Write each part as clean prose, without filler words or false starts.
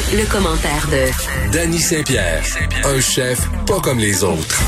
Le commentaire de Dany Saint-Pierre, un chef pas comme les autres.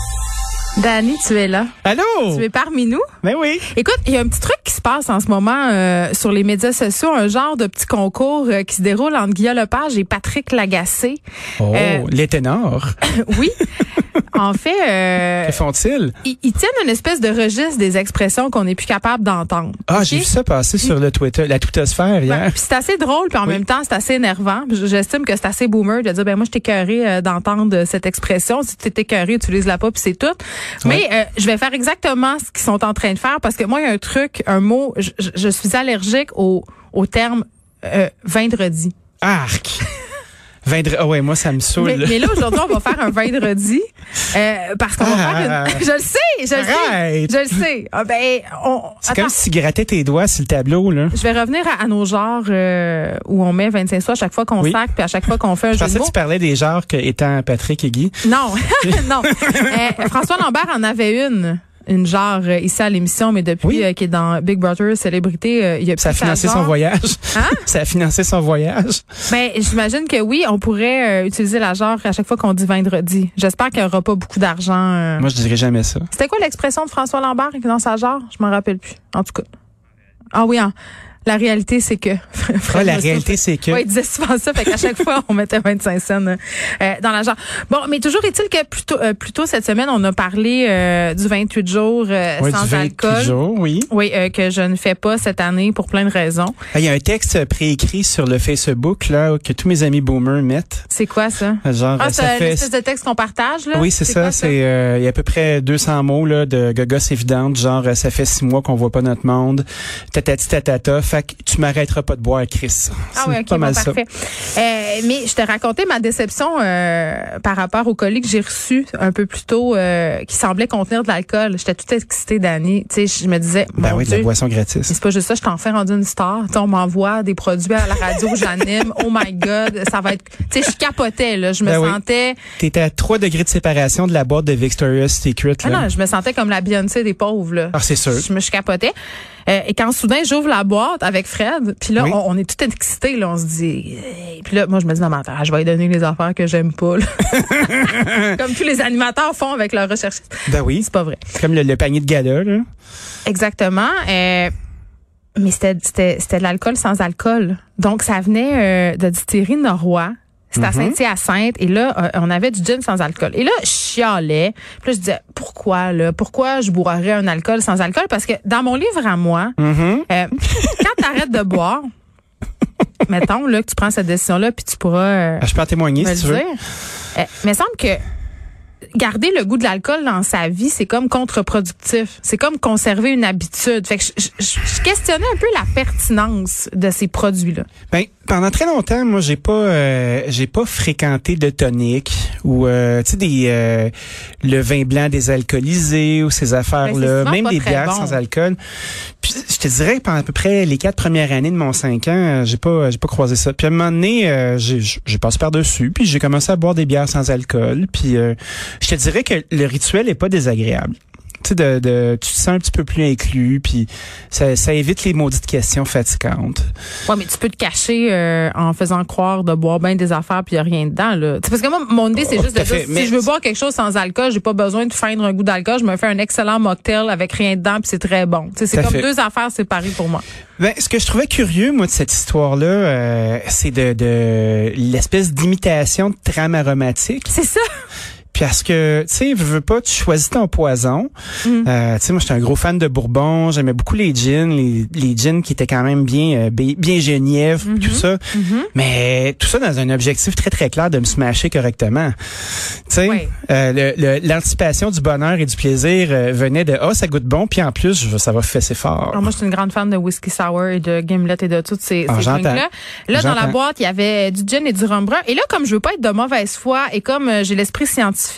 Dany, tu es là. Allô? Tu es parmi nous? Ben oui. Écoute, il y a un petit truc qui se passe en ce moment sur les médias sociaux, un genre de petit concours qui se déroule entre Guillaume Lepage et Patrick Lagacé. Oh, les ténors. Oui. En fait, que font-ils? Ils tiennent une espèce de registre des expressions qu'on n'est plus capable d'entendre. Ah, okay? J'ai vu ça passer sur le Twitter, la twittosphère hier. Ben, puis c'est assez drôle, puis en même temps, c'est assez énervant. J'estime que c'est assez boomer de dire, ben moi, je t'ai écœuré d'entendre cette expression. Si tu t'es écœuré, utilise-la pas, puis c'est tout. Mais je vais faire exactement ce qu'ils sont en train de faire, parce que moi, il y a un truc, un mot, je suis allergique au terme vendredi. Arc! Ah ouais, moi, ça me saoule. Mais là, aujourd'hui, on va faire un vendredi. Parce qu'on va faire une... Je le sais. Ah, ben, c'est comme si tu grattais tes doigts sur le tableau, là. Je vais revenir à nos genres où on met 25 sous à chaque fois qu'on sac, puis à chaque fois qu'on fait un jeu de mots. Je pensais que tu parlais des genres étant Patrick et Guy. Non, non. François Lambert en avait une genre ici à l'émission, mais depuis qu'il est dans Big Brother Célébrité, il a ça a financé son voyage. Hein? Ça a financé son voyage. Ben, j'imagine que oui, on pourrait utiliser la genre à chaque fois qu'on dit vendredi. J'espère qu'il n'y aura pas beaucoup d'argent. Moi, je dirais jamais ça. C'était quoi l'expression de François Lambert dans sa genre? Je m'en rappelle plus. En tout cas. Ah oui, la réalité, c'est que... la réalité, c'est que... Oui, il disait souvent ça, fait qu'à chaque fois, on mettait 25 cents dans la genre. Bon, mais toujours est-il que plus tôt cette semaine, on a parlé du 28 jours sans du 28 alcool. Jours, oui. Oui, que je ne fais pas cette année pour plein de raisons. Il y a un texte préécrit sur le Facebook là que tous mes amis boomers mettent. C'est quoi ça? Genre, c'est l'espèce de texte qu'on partage, là? Oui, c'est ça. C'est il y a à peu près 200 mots là de gogos évidentes, genre ça fait 6 mois qu'on voit pas notre monde, tatati tatata. Fait que tu m'arrêteras pas de boire, Chris. Ah oui, ok, bon, parfait. Mais je t'ai raconté ma déception par rapport au colis que j'ai reçu un peu plus tôt qui semblait contenir de l'alcool. J'étais toute excitée, Dany. Tu sais, je me disais, ben oui, de la boisson gratis. Mais c'est pas juste ça, je t'en fais rendu une star. T'sais, on m'envoie des produits à la radio, j'anime. Oh my God, ça va être... Tu sais, je capotais, là. Je me sentais... T'étais à 3 degrés de séparation de la boîte de Victoria's Secret, là. Ah non, je me sentais comme la Beyoncé des pauvres, là. Ah, c'est sûr. Je capotais. Et quand soudain, j'ouvre la boîte avec Fred, puis là, on est tout excités, là, on se dit... Puis là, moi, je me dis, non, mais attends, je vais lui donner les affaires que j'aime pas, là. Comme tous les animateurs font avec leur recherche. Ben oui. C'est pas vrai. Comme le panier de gala, là. Exactement. Mais c'était de l'alcool sans alcool. Donc, ça venait de distillerie Norrois. C'était à Saint-Hyacinthe. Et là, on avait du gin sans alcool. Et là, je chialais. Puis là, je disais, pourquoi je boirais un alcool sans alcool? Parce que dans mon livre à moi, quand t'arrêtes de boire, mettons là que tu prends cette décision-là, puis tu pourras... je peux en témoigner, si tu veux. Mais il me semble que garder le goût de l'alcool dans sa vie, c'est comme contre-productif. C'est comme conserver une habitude. Fait que je questionnais un peu la pertinence de ces produits-là. Ben, pendant très longtemps, moi, j'ai pas fréquenté de tonic ou tu sais le vin blanc désalcoolisé ou ces affaires-là, même des bières sans alcool. Puis je te dirais pendant à peu près les 4 premières années de mon 5 ans, j'ai pas croisé ça. Puis à un moment donné, j'ai passé par-dessus, puis j'ai commencé à boire des bières sans alcool, puis je te dirais que le rituel est pas désagréable. Tu sais, tu te sens un petit peu plus inclus, puis ça évite les maudites questions fatigantes. Ouais, mais tu peux te cacher en faisant croire de boire bien des affaires puis y a rien dedans, là. T'sais, parce que moi, mon idée, c'est juste de dire, si je veux boire quelque chose sans alcool, j'ai pas besoin de feindre un goût d'alcool, je me fais un excellent mocktail avec rien dedans puis c'est très bon. T'sais, c'est comme deux affaires séparées pour moi. Ben, ce que je trouvais curieux, moi, de cette histoire-là, c'est de l'espèce d'imitation de trame aromatique. C'est ça. Parce que, tu sais, veux pas, tu choisis ton poison. Tu sais, moi, j'étais un gros fan de Bourbon. J'aimais beaucoup les gins, les gins qui étaient quand même bien Genièvre, tout ça. Mais tout ça dans un objectif très, très clair de me smasher correctement. Tu sais, l'anticipation du bonheur et du plaisir venait de, ça goûte bon, puis en plus, ça va fesser fort. Alors moi, je suis une grande fan de whisky sour et de Gimlet et de toutes ces drinks-là. Là, dans la boîte, il y avait du gin et du rhum brun. Et là, comme je veux pas être de mauvaise foi et comme j'ai l'esprit scientifique,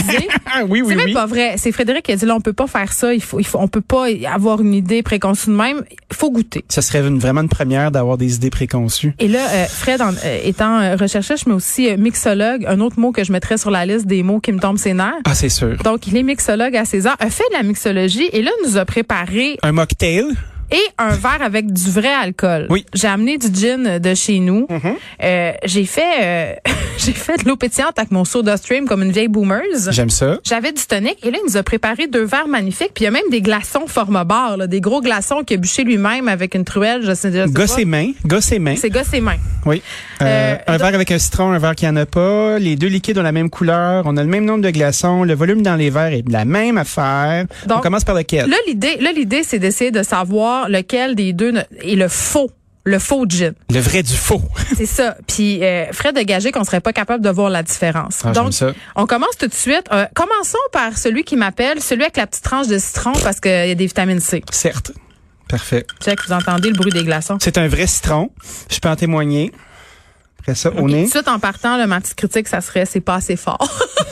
c'est même pas vrai. C'est Frédéric qui a dit là, on peut pas faire ça. On peut pas avoir une idée préconçue de même. Il faut goûter. Ça serait vraiment une première d'avoir des idées préconçues. Et là, Fred, étant recherchiste, mais aussi mixologue, un autre mot que je mettrais sur la liste des mots qui me tombent ses nerfs. Ah, c'est sûr. Donc, il est mixologue à César, a fait de la mixologie et là, nous a préparé un mocktail. et un verre avec du vrai alcool. Oui. J'ai amené du gin de chez nous. J'ai fait de l'eau pétillante avec mon SodaStream comme une vieille boomeuse. J'aime ça. J'avais du tonic et là, il nous a préparé 2 verres magnifiques. Puis il y a même des glaçons format bar, là, des gros glaçons qu'il a bûché lui-même avec une truelle. Je sais Gosse et main. C'est gosse et main. Oui. Un verre avec un citron, un verre qui en a pas. Les 2 liquides ont la même couleur. On a le même nombre de glaçons. Le volume dans les verres est la même affaire. Donc, on commence par lequel? Là, l'idée, c'est d'essayer de savoir lequel des deux est le faux gin. Le vrai du faux. C'est ça. Puis, Fred a gagé qu'on serait pas capable de voir la différence. Ah, donc, ça. on commence tout de suite. Commençons par celui qui m'appelle, celui avec la petite tranche de citron parce qu'il y a des vitamines C. Certes. Parfait. Check, vous entendez le bruit des glaçons. C'est un vrai citron. Je peux en témoigner. Après ça, au nez. Tout de suite, en partant, là, ma petite critique, ça serait, c'est pas assez fort.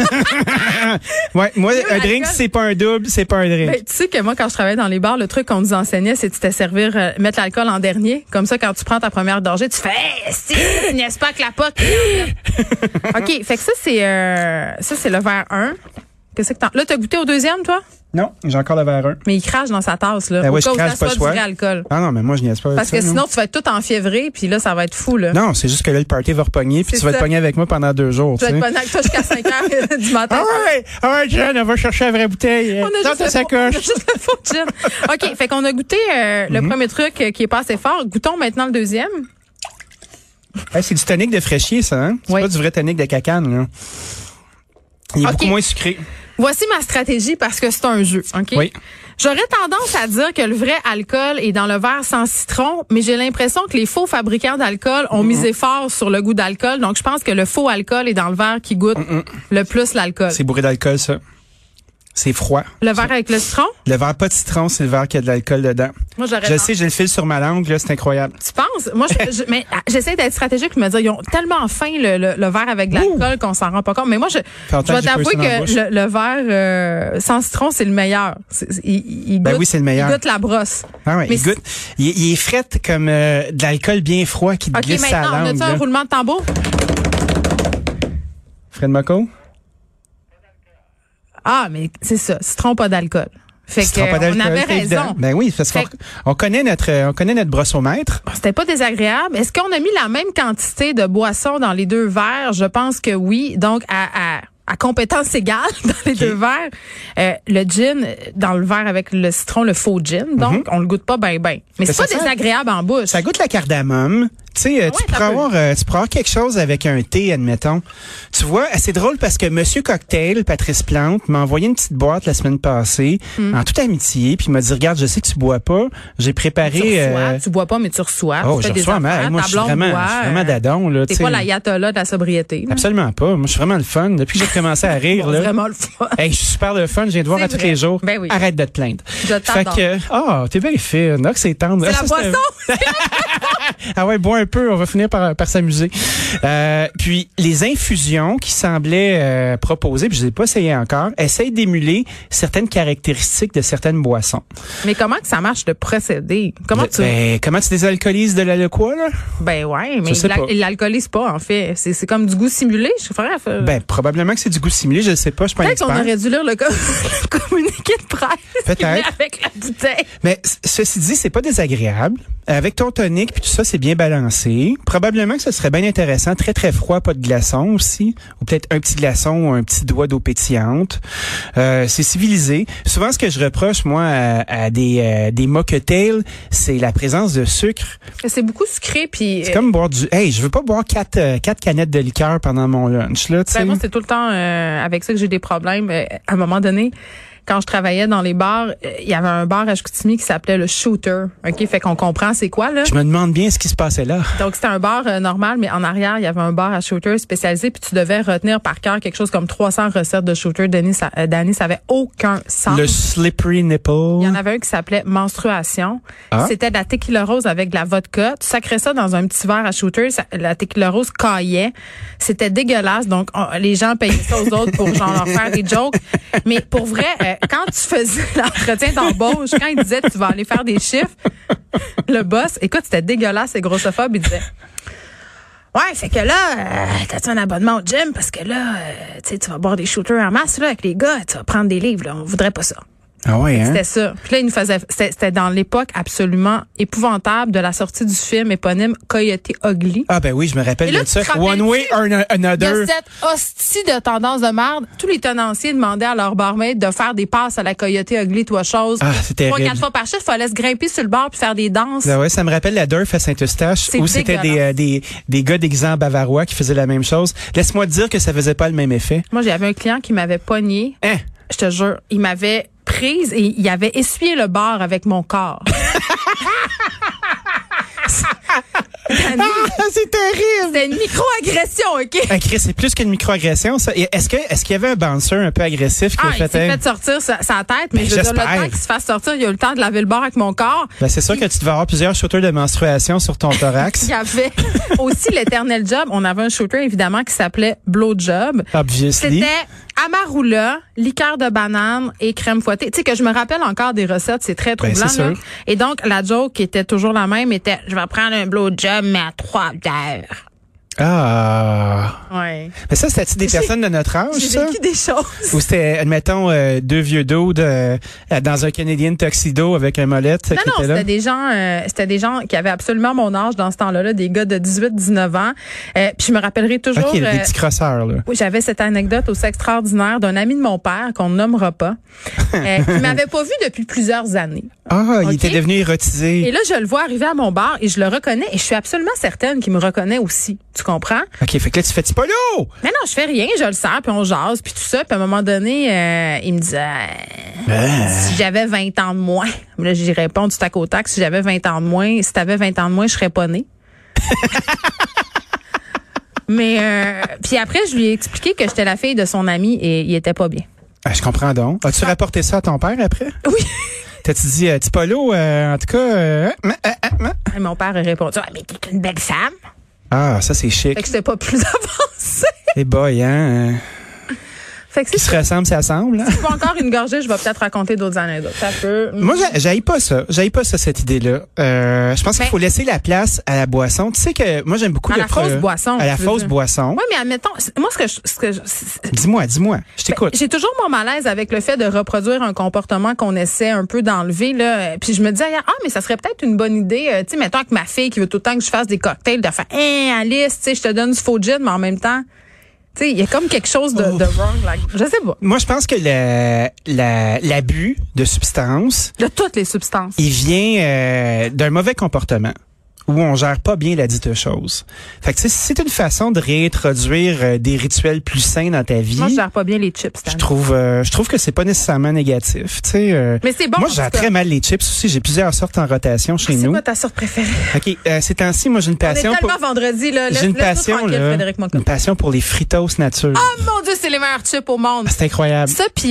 Ouais, moi, un drink, c'est pas un double, c'est pas un drink. Ben, tu sais que moi, quand je travaillais dans les bars, le truc qu'on nous enseignait, c'est de te servir, mettre l'alcool en dernier. Comme ça, quand tu prends ta première gorgée, tu fais, si, n'est-ce pas que la pote? OK, fait que ça, c'est le verre 1. Qu'est-ce que là, t'as goûté au deuxième, toi? Non, j'ai encore le verre 1. Mais il crache dans sa tasse, là. Ben au ouais, cas je où crache ça pas soit de du vrai alcool. Ah non, mais moi, je niaise pas avec Parce ça. que sinon, tu vas être tout enfiévré, puis là, ça va être fou, là. Non, c'est juste que là, le party va repogner, puis tu vas te pogner avec moi pendant 2 jours. Tu vas être pogné avec toi jusqu'à 5 heures du matin. Ah ouais, Jeanne, on va chercher la vraie bouteille. On a juste le faux gin. OK, fait qu'on a goûté le premier truc qui est pas assez fort. Goûtons maintenant le deuxième. Hey, c'est du tonic de fraîchier, ça, hein? C'est pas du vrai tonic de cacane, là. Il est beaucoup moins sucré. Voici ma stratégie parce que c'est un jeu, OK? Oui. J'aurais tendance à dire que le vrai alcool est dans le verre sans citron, mais j'ai l'impression que les faux fabricants d'alcool ont misé fort sur le goût d'alcool. Donc, je pense que le faux alcool est dans le verre qui goûte le plus l'alcool. C'est bourré d'alcool, ça. C'est froid. Le verre avec le citron? Le verre pas de citron, c'est le verre qui a de l'alcool dedans. Moi, je sais, j'ai le fil sur ma langue, là, c'est incroyable. Tu penses? Moi, mais j'essaie d'être stratégique et me dire, ils ont tellement faim le verre avec de l'alcool qu'on s'en rend pas compte. Mais moi, je dois t'avouer que le verre sans citron, c'est le meilleur. Il goûte, oui, c'est le meilleur. Il goûte la brosse. Ah ouais, il est frais comme de l'alcool bien froid qui te glisse à la langue. OK, maintenant, on a-tu un roulement de tambour? Fred Mocco? Ah, mais c'est ça, citron pas d'alcool. Fait que on avait raison. Évident. Ben oui, parce qu'on connaît notre brosse au maître. C'était pas désagréable. Est-ce qu'on a mis la même quantité de boissons dans les 2 verres? Je pense que oui. Donc à compétence égale dans les 2 verres. Le gin dans le verre avec le citron, le faux gin. Donc on le goûte pas bien. Mais c'est pas désagréable en bouche. Ça goûte la cardamome. Tu sais, tu pourrais avoir quelque chose avec un thé, admettons. Tu vois, c'est drôle parce que Monsieur Cocktail, Patrice Plante, m'a envoyé une petite boîte la semaine passée, en toute amitié, puis il m'a dit, regarde, je sais que tu bois pas. J'ai préparé... Tu bois pas, mais tu reçois. Oh, je reçois, mais moi, je suis vraiment dadon, là. T'es pas l'ayatollah de la sobriété. Là. Absolument pas. Moi, je suis vraiment le fun. Depuis que j'ai commencé à rire, là. Vraiment le fun. Hey, je suis super le fun. Je viens de voir à tous les jours. Ben oui. Arrête de te plaindre. Je t'adore. Fait que, t'es bien fine. Donc, c'est tendre. C'est la boisson. Ah ouais, bois un peu, on va finir par s'amuser. Puis les infusions qui semblaient proposées, puis je les ai pas essayées encore, essayent d'émuler certaines caractéristiques de certaines boissons. Mais comment que ça marche de procéder? Comment tu désalcoolises de la quoi, là? Ben ouais, mais il l'alcoolise pas, en fait. C'est comme du goût simulé, je ferais. Ben, probablement que c'est du goût simulé, je ne sais pas, je suis pas un expert. Peut-être qu'on aurait dû lire le communiqué de presse. Peut-être. Avec la bouteille. Mais ceci dit, c'est pas désagréable. Avec ton tonic puis tout ça, c'est bien balancé. Probablement que ce serait bien intéressant, très très froid, pas de glaçon aussi, ou peut-être un petit glaçon ou un petit doigt d'eau pétillante. C'est civilisé. Souvent, ce que je reproche moi à des mocktails, c'est la présence de sucre. C'est beaucoup sucré puis. C'est comme boire du. Hey, je veux pas boire 4 canettes de liqueur pendant mon lunch là. Ben moi, c'est tout le temps avec ça que j'ai des problèmes. À un moment donné. Quand je travaillais dans les bars, il y avait un bar à Chicoutimi qui s'appelait le Shooter. OK, fait qu'on comprend c'est quoi, là. Je me demande bien ce qui se passait là. Donc, c'était un bar normal, mais en arrière, il y avait un bar à Shooter spécialisé, puis tu devais retenir par cœur quelque chose comme 300 recettes de Shooter. Danny, ça avait aucun sens. Le slippery nipple. Il y en avait un qui s'appelait Menstruation. C'était de la tequila rose avec de la vodka. Tu sacrais ça dans un petit verre à Shooter. La tequila rose caillait. C'était dégueulasse. Donc, les gens payaient ça aux autres pour genre leur faire des jokes. Mais pour vrai, quand tu faisais l'entretien d'embauche, quand il disait tu vas aller faire des chiffres, le boss, écoute, c'était dégueulasse et grossophobe, il disait ouais, fait que là, t'as-tu un abonnement au gym parce que là, tu vas boire des shooters en masse là avec les gars, tu vas prendre des livres, là, on voudrait pas ça. Ah ouais, hein? C'était ça. Puis là, il nous faisait, c'était dans l'époque absolument épouvantable de la sortie du film éponyme Coyote Ugly. Ah ben oui, je me rappelle là, de ça. One way or Il y another. a cette hostie de tendance de merde. Tous les tenanciers demandaient à leur barmaid de faire des passes à la Coyote Ugly, toi chose. Ah, c'est terrible. 3-4 fois par chiffre, il fallait se grimper sur le bar puis faire des danses. Ben ouais, ça me rappelle la Durf à Saint-Eustache C'est où c'était des gars déguisés en bavarois qui faisaient la même chose. Laisse-moi te dire que ça faisait pas le même effet. Moi, j'avais un client qui m'avait pogné. Hein? Je te jure, il m'avait prise et il avait essuyé le bar avec mon corps. C'est terrible! C'était une micro-agression, OK? Ah, Chris, c'est plus qu'une micro-agression, ça. Est-ce qu'il y avait un bouncer un peu agressif qui a il s'est fait sortir sa tête, mais je veux dire, le temps qu'il se fasse sortir, il y a eu le temps de laver le bar avec mon corps. Ben, c'est sûr que tu devais avoir plusieurs shooters de menstruation sur ton thorax. Il y avait aussi l'éternel job. On avait un shooter, évidemment, qui s'appelait Blowjob. Obviously. C'était amarula, liqueur de banane et crème fouettée. Tu sais que je me rappelle encore des recettes, c'est très troublant. Ben, c'est sûr. Et donc, la joke qui était toujours la même était, je vais prendre un blowjob, mais à 3 heures. Ah. Ouais. Mais ça, c'était-tu des personnes de notre âge, J'ai ça? vécu des choses. Ou c'était, admettons, deux vieux dudes dans un Canadian tuxedo avec un molette Non, qui était là? c'était des gens qui avaient absolument mon âge dans ce temps-là, des gars de 18-19 ans. Puis je me rappellerai toujours... OK, des petits crosseurs, là. Oui, j'avais cette anecdote aussi extraordinaire d'un ami de mon père qu'on ne nommera pas, qui m'avait pas vu depuis plusieurs années. Ah, il OK? était devenu érotisé. Et là, je le vois arriver à mon bar et je le reconnais et je suis absolument certaine qu'il me reconnaît aussi. Tu comprends? OK, fait que là, tu fais pas l'eau! Mais non, je fais rien, je le sers, puis on jase, puis tout ça. Puis à un moment donné, il me dit si j'avais 20 ans de moins. Là, j'y réponds du tac au tac. Si j'avais 20 ans de moins, si t'avais 20 ans de moins, je serais pas née. Mais puis après, je lui ai expliqué que j'étais la fille de son ami et il était pas bien. Ah, je comprends donc. As-tu rapporté ça à ton père après? Oui. T'as-tu dit, Tipolo, en tout cas... Et mon père a répondu mais t'es une belle femme. Ah, ça, c'est chic. Fait que c'était pas plus avancé. Eh boy, hein? Fait que Qui se ressemble, s'assemble. Hein? Si pas encore une gorgée, je vais peut-être raconter d'autres anecdotes. Ça peut. Moi, j'haïs pas ça. J'haïs pas ça, cette idée-là. Je pense qu'il faut laisser la place à la boisson. Tu sais que moi, j'aime beaucoup à la fausse boisson. À la fausse boisson. Oui, mais admettons, moi, Dis-moi, je t'écoute. J'ai toujours mon malaise avec le fait de reproduire un comportement qu'on essaie un peu d'enlever, là. Puis je me dis, mais ça serait peut-être une bonne idée, tu sais, mettons que ma fille qui veut tout le temps que je fasse des cocktails, de faire, Alice, tu sais, je te donne du faux gin, mais en même temps, tu sais, il y a comme quelque chose de wrong, là. Je sais pas. Moi, je pense que l'abus de substances... De toutes les substances. Il vient d'un mauvais comportement où on gère pas bien la dite chose. Fait que, tu sais, si c'est une façon de réintroduire des rituels plus sains dans ta vie... Moi, je gère pas bien les chips. Je trouve que c'est pas nécessairement négatif. Tu sais, mais c'est bon. Moi, je gère très mal les chips aussi. J'ai plusieurs sortes en rotation chez nous. C'est quoi ta sorte préférée? OK. Ces temps-ci, moi, j'ai une passion On est tellement vendredi, là. J'ai une passion pour les Fritos nature. Oh mon Dieu, c'est les meilleurs chips au monde. C'est incroyable. Ça, puis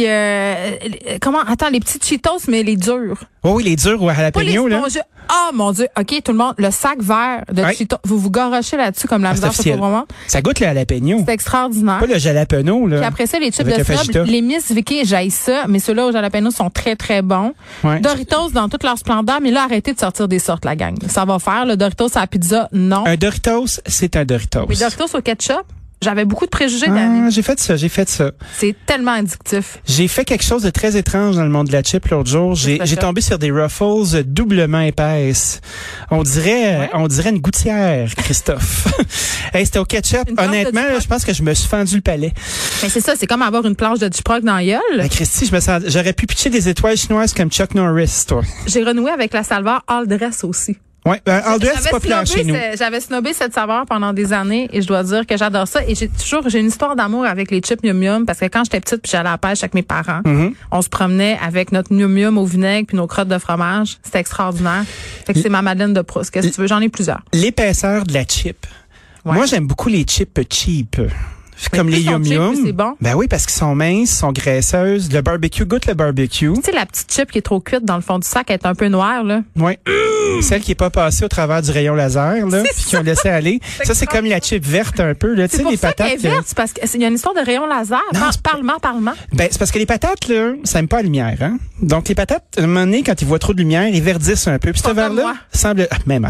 attends, les petits Cheetos, mais les durs. Oui, les durs ou à jalapeno, là. Oh mon Dieu, OK, tout le monde, le sac vert de Cheetos, vous garochez là-dessus comme la misère, c'est pas vraiment. Ça goûte le jalapeno. C'est extraordinaire. Pas le jalapeno, là. Puis après ça, les chips de snob, les Miss Vicky, j'aille ça, mais ceux-là au jalapeno sont très, très bons. Ouais. Doritos dans toute leur splendeur, mais là, arrêtez de sortir des sortes, la gang. Ça va faire, le Doritos à la pizza, non. Un Doritos, c'est un Doritos. Mais Doritos au ketchup, j'avais beaucoup de préjugés, Dani. J'ai fait ça. C'est tellement addictif. J'ai fait quelque chose de très étrange dans le monde de la chip l'autre jour. J'ai tombé sur des Ruffles doublement épaisses. On dirait une gouttière, Christophe. Hey, c'était au ketchup. Honnêtement, là, je pense que je me suis fendu le palais. Mais c'est ça, c'est comme avoir une planche de Duproc dans la gueule. Ben, Christy, j'aurais pu pitcher des étoiles chinoises comme Chuck Norris, toi. J'ai renoué avec la salveur All Dress aussi. Ouais, All Dress, c'est populaire chez nous. J'avais snobé cette saveur pendant des années et je dois dire que j'adore ça. Et j'ai une histoire d'amour avec les chips Mium Mium parce que quand j'étais petite puis j'allais à la pêche avec mes parents, on se promenait avec notre Mium Mium au vinaigre puis nos crottes de fromage. C'était extraordinaire. Fait que c'est ma Madeleine de Proust. Qu'est-ce que tu veux? J'en ai plusieurs. L'épaisseur de la chip. Ouais. Moi, j'aime beaucoup les chips cheap. Comme les Yum Yum. C'est bon. Ben oui, parce qu'ils sont minces, sont graisseuses. Le barbecue goûte le barbecue. Tu sais, la petite chip qui est trop cuite dans le fond du sac, elle est un peu noire, là. Oui. Celle qui est pas passée au travers du rayon laser, là, puis qui ont laissé aller. Ça, c'est comme la chip verte un peu, là. Tu sais, les patates. C'est verte, parce qu'il y a une histoire de rayon laser. Non, Parlement. Ben, c'est parce que les patates, là, ça aime pas la lumière, hein. Donc, les patates, à un moment donné, quand ils voient trop de lumière, ils verdissent un peu. Puis ce verre-là semble, même affaire.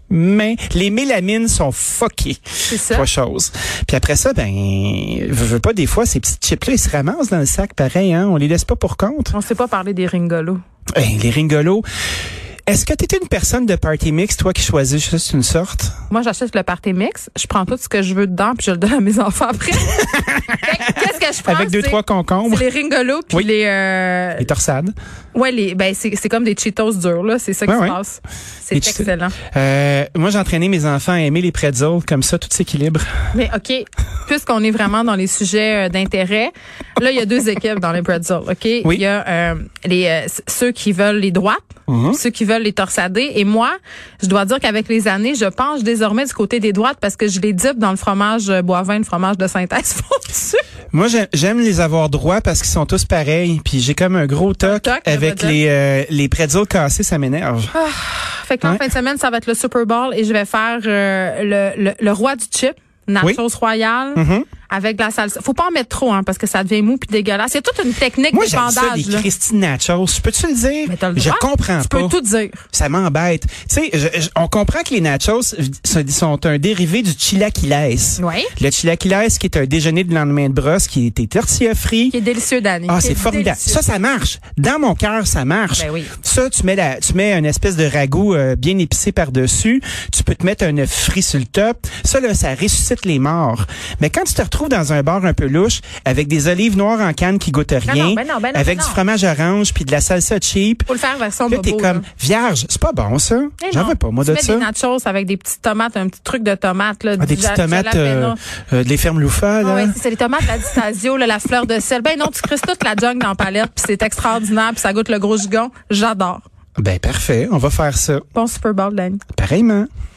mais les mélamines sont fuckées. C'est ça. Trois choses. Puis après ça, veux pas, des fois, ces petits chips-là, ils se ramassent dans le sac, pareil, hein. On les laisse pas pour compte. On sait pas parler des ringolos. Les ringolos. Est-ce que tu étais une personne de party mix, toi, qui choisis juste une sorte? Moi, j'achète le party mix. Je prends tout ce que je veux dedans puis je le donne à mes enfants après. Qu'est-ce que je prends? Avec 2-3 concombres. C'est les ringolos puis les torsades. Ouais, c'est comme des Cheetos durs, là. C'est ça qui se passe. C'est excellent. Moi, j'ai entraîné mes enfants à aimer les pretzels. Comme ça, tout s'équilibre. Mais OK, puisqu'on est vraiment dans les sujets d'intérêt, là, il y a 2 équipes dans les pretzels, OK? Oui. Il y a ceux qui veulent les droites, ceux qui veulent les torsadés. Et moi, je dois dire qu'avec les années, je penche désormais du côté des droites parce que je les dippe dans le fromage Boivin, le fromage de synthèse fondu. Moi, j'aime les avoir droits parce qu'ils sont tous pareils. Puis j'ai comme un gros toc avec les pretzels cassés, ça m'énerve. Fait que en fin de semaine, ça va être le Super Bowl et je vais faire le roi du chip, nachos royal. Avec de la salsa. Faut pas en mettre trop, hein, parce que ça devient mou puis dégueulasse. Il y a toute une technique de bandage. Moi, j'aime ça, les Christine nachos. Peux-tu le dire? Mais t'as le droit. Je comprends pas. Tu peux tout dire. Ça m'embête. Tu sais, on comprend que les nachos sont un dérivé du chilaquiles. Oui. Le chilaquiles, qui est un déjeuner de lendemain de brosse, qui était tortilla frit. Qui est délicieux, Dani. Ah, c'est formidable. Délicieux. Ça marche. Dans mon cœur, ça marche. Ben oui. Ça, tu mets une espèce de ragoût bien épicé par-dessus. Tu peux te mettre un œuf frit sur le top. Ça, là, ça ressuscite les morts. Mais quand tu te retrouves dans un bar un peu louche, avec des olives noires en canne qui goûtent rien, avec du fromage orange puis de la salsa cheap. Faut le faire version bobo. Là, t'es comme, vierge, c'est pas bon, ça. J'en veux pas, moi, de ça. Tu mets des nachos avec des petites tomates, un petit truc de tomates, là. Des petites tomates, des fermes Loufa, là. Oui, c'est les tomates, la Distasio, la fleur de sel. Ben non, tu creuses toute la junk dans la palette puis c'est extraordinaire puis ça goûte le gros gigon. J'adore. Ben, parfait. On va faire ça. Bon Super Bowl, Dani. Pareillement.